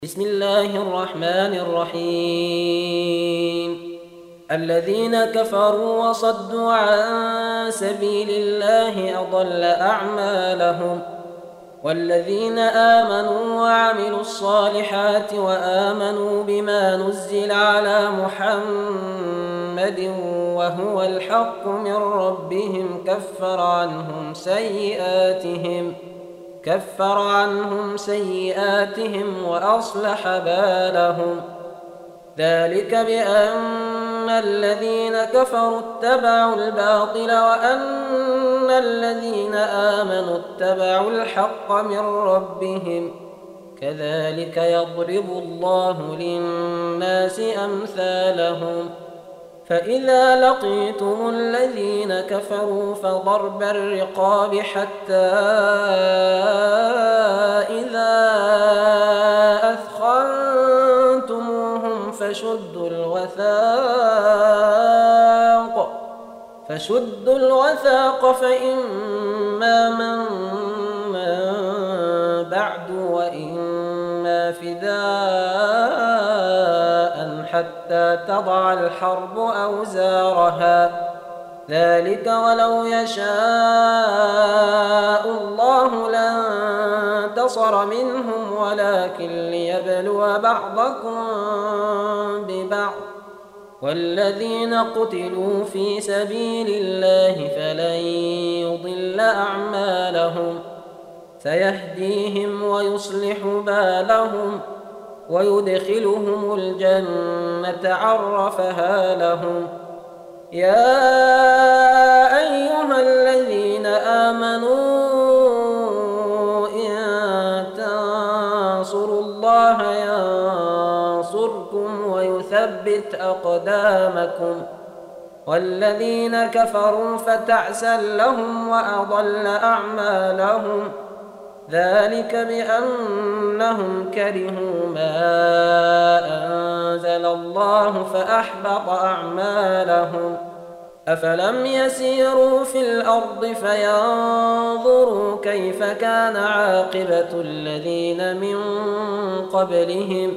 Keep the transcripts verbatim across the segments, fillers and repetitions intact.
بسم الله الرحمن الرحيم. الذين كفروا وصدوا عن سبيل الله أضل أعمالهم، والذين آمنوا وعملوا الصالحات وآمنوا بما نزل على محمد وهو الحق من ربهم كفر عنهم سيئاتهم كفر عنهم سيئاتهم وأصلح بالهم. ذلك بأن الذين كفروا اتبعوا الباطل وأن الذين آمنوا اتبعوا الحق من ربهم، كذلك يضرب الله للناس أمثالهم. فإذا لقيتم الذين كفروا فضرب الرقاب حتى إذا أثخنتموهم فشدوا الوثاق فشدوا الوثاق فإما من بعد وإما فداء حتى تضع الحرب أوزارها. ذلك ولو يشاء الله لانتصر منهم ولكن ليبلو بعضكم ببعض، والذين قتلوا في سبيل الله فلن يضل أعمالهم، سيهديهم ويصلح بالهم ويدخلهم الجنة عرفها لهم. يا أيها الذين آمنوا إن تنصروا الله ينصركم ويثبت أقدامكم، والذين كفروا فتعسا لهم وأضل أعمالهم. ذلك بأنهم كرهوا ما أنزل الله فأحبط أعمالهم. أفلم يسيروا في الأرض فينظروا كيف كان عاقبة الذين من قبلهم،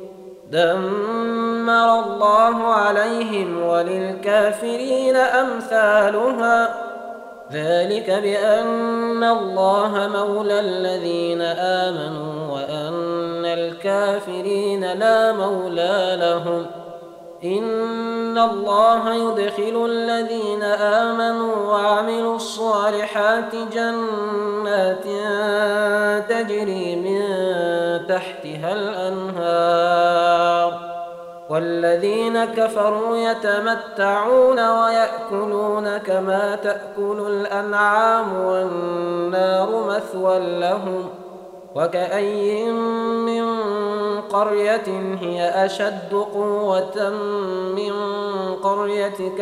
دمر الله عليهم وللكافرين أمثالها. ذلك بأن الله مولى الذين آمنوا وأن الكافرين لا مولى لهم. إن الله يدخل الذين آمنوا وعملوا الصالحات جنات تجري من تحتها الأنهار، والذين كفروا يتمتعون ويأكلون كما تأكل الأنعام والنار مثوى لهم. وكأي من قرية هي أشد قوة من قريتك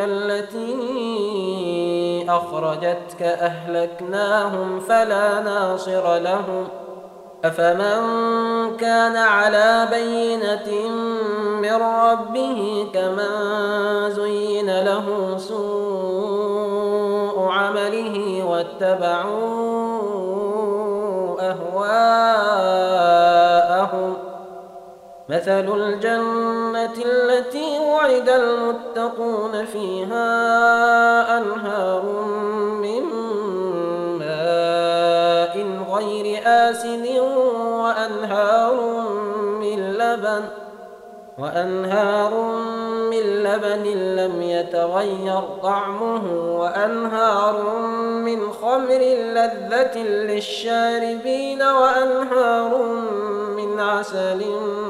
التي أخرجتك أهلكناهم فلا ناصر لهم. أفمن كان على بينة من ربه كمن زين له سوء عمله واتبعوا أهواءهم. مثل الجنة التي وعد المتقون فيها أنهار من ماء غير آسن وأنهار من لبن وأنهار من لبن لم يتغير طعمه وأنهار من خمر لذة للشاربين وأنهار من عسل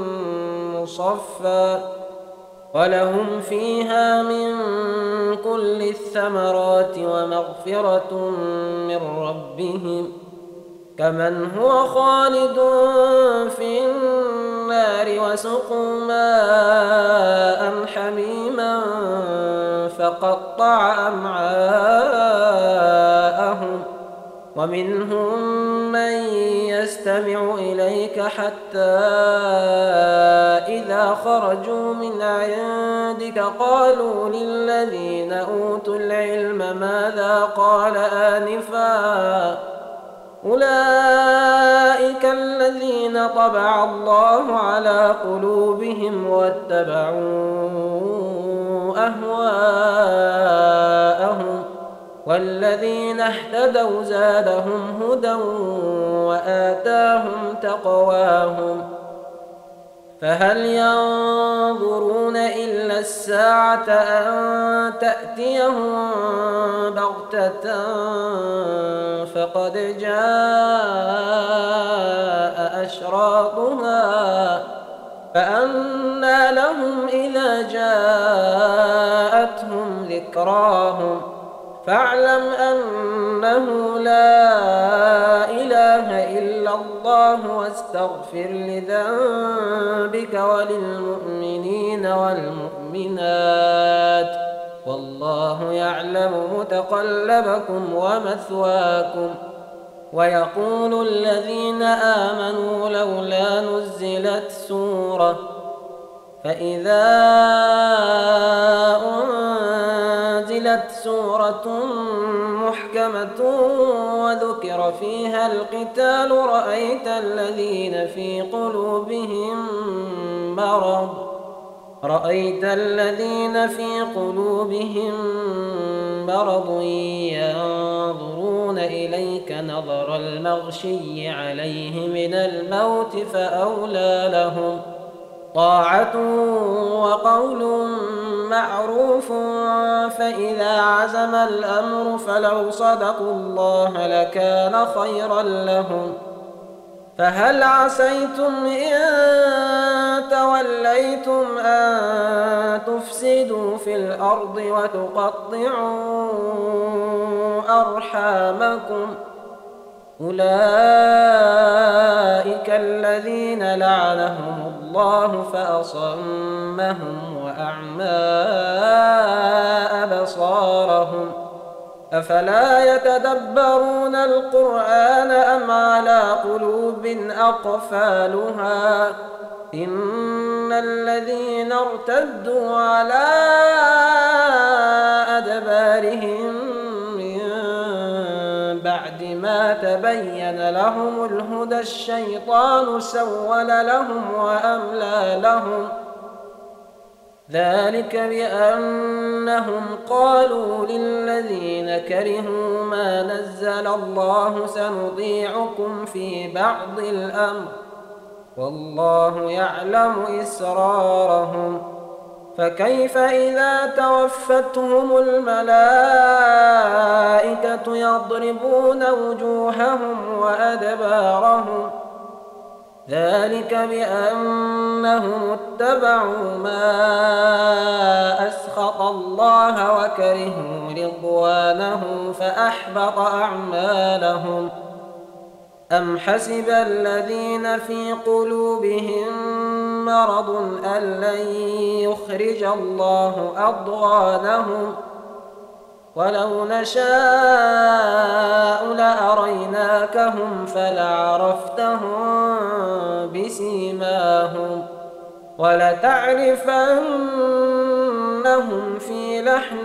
مصفى ولهم فيها من كل الثمرات ومغفرة من ربهم، كمن هو خالد في النار وسقوا ماء حميما فقطع أمعاءهم. ومنهم من يستمع إليك حتى إذا خرجوا من عندك قالوا للذين أوتوا العلم ماذا قال آنفا، أولئك الذين طبع الله على قلوبهم واتبعوا أهواءهم والذين اهتدوا زادهم هدى وآتاهم تقواهم فهل ينظرون إلا الساعة أن تأتيهم بغتة فقد جاء أشراطها فأنى لهم إذا جاءتهم ذكراهم فاعلم أنه لا إله إلا الله واستغفر لذنبك وللمؤمنين والمؤمنات والله يعلم متقلبكم ومثواكم ويقول الذين آمنوا لولا نزلت سورة فإذا أنزلت سورة محكمة وذكر فيها القتال رأيت الذين في قلوبهم مرض رأيت الذين في قلوبهم مرض ينظرون إليك نظر المغشي عليه من الموت فأولى لهم طاعة وقول معروف فإذا عزم الأمر فلو صدقوا الله لكان خيرا لهم فهل عسيتم إن توليتم أن تفسدوا في الأرض وتقطعوا أرحامكم أولئك الذين لعنهم الله فأصمهم وأعمى أبصارهم أفلا يتدبرون القرآن أم على قلوب أقفالها إن الذين ارتدوا على أدبارهم من بعد ما تبين لهم الهدى الشيطان سول لهم وأملى لهم ذلك بأنهم قالوا للذين كرهوا ما نزل الله سنطيعكم في بعض الأمر والله يعلم إسرارهم فكيف إذا توفتهم الملائكة يضربون وجوههم وأدبارهم ذلك بأنهم اتبعوا ما أسخط الله وكرهوا رضوانه فأحبط أعمالهم أم حسب الذين في قلوبهم مرض أن لن يخرج الله أضغانهم ولو نشاء لأريناكهم فلعرفتهم بسيماهم ولتعرفنهم في لحن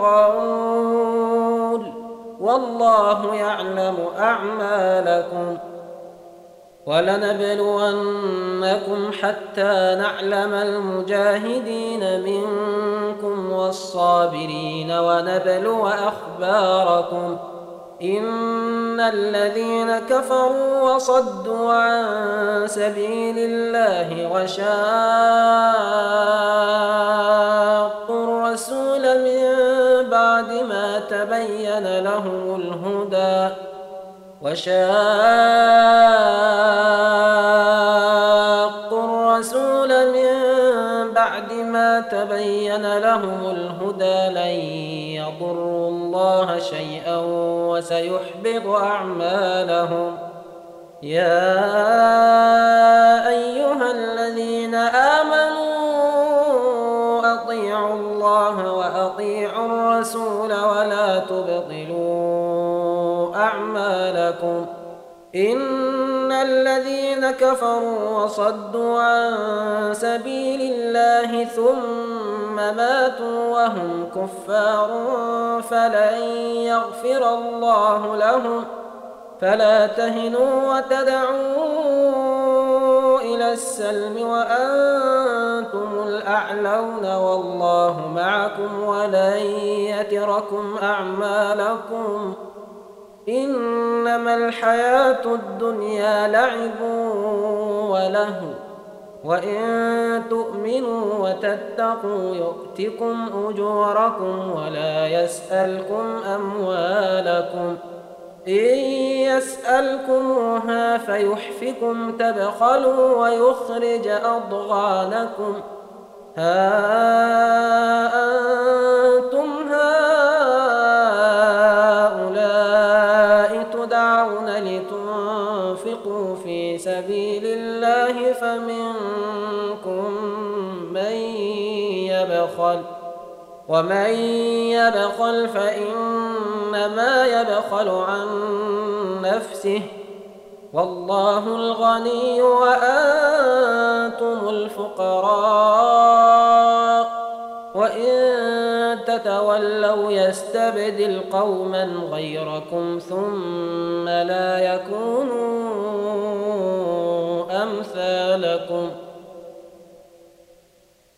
القول والله يعلم أعمالكم ولنبلونكم حتى نعلم المجاهدين منكم والصابرين ونبلو أخباركم إن الذين كفروا وصدوا عن سبيل الله وشاقوا الرسول من بعد ما تبين لهم الهدى وشاقوا الرسول من بعد ما تبين لهم الهدى لن يضروا الله شيئا وسيحبط أعمالهم يا أيها الذين آمنوا أطيعوا الله وأطيعوا الرسول ولا تبطلوا أعمالكم إن الذين كفروا وصدوا عن سبيل الله ثم ماتوا وهم كفار فلن يغفر الله لهم فلا تهنوا وتدعوا إلى السلم وأنتم الأعلون والله معكم ولن يتركم أعمالكم إنما الحياة الدنيا لعب ولهو وإن تؤمنوا وتتقوا يؤتكم أجوركم ولا يسألكم أموالكم إن يسألكموها فيحفكم تبخلوا ويخرج أضغانكم ها أنتم هؤلاء تدعون لتنفقوا في سبيل الله فمنكم من يبخل ومن يبخل فإنما يبخل عن نفسه والله الغني وأنتم الفقراء وإن تتولوا يستبدل قوما غيركم ثم لا يكونوا أمثالكم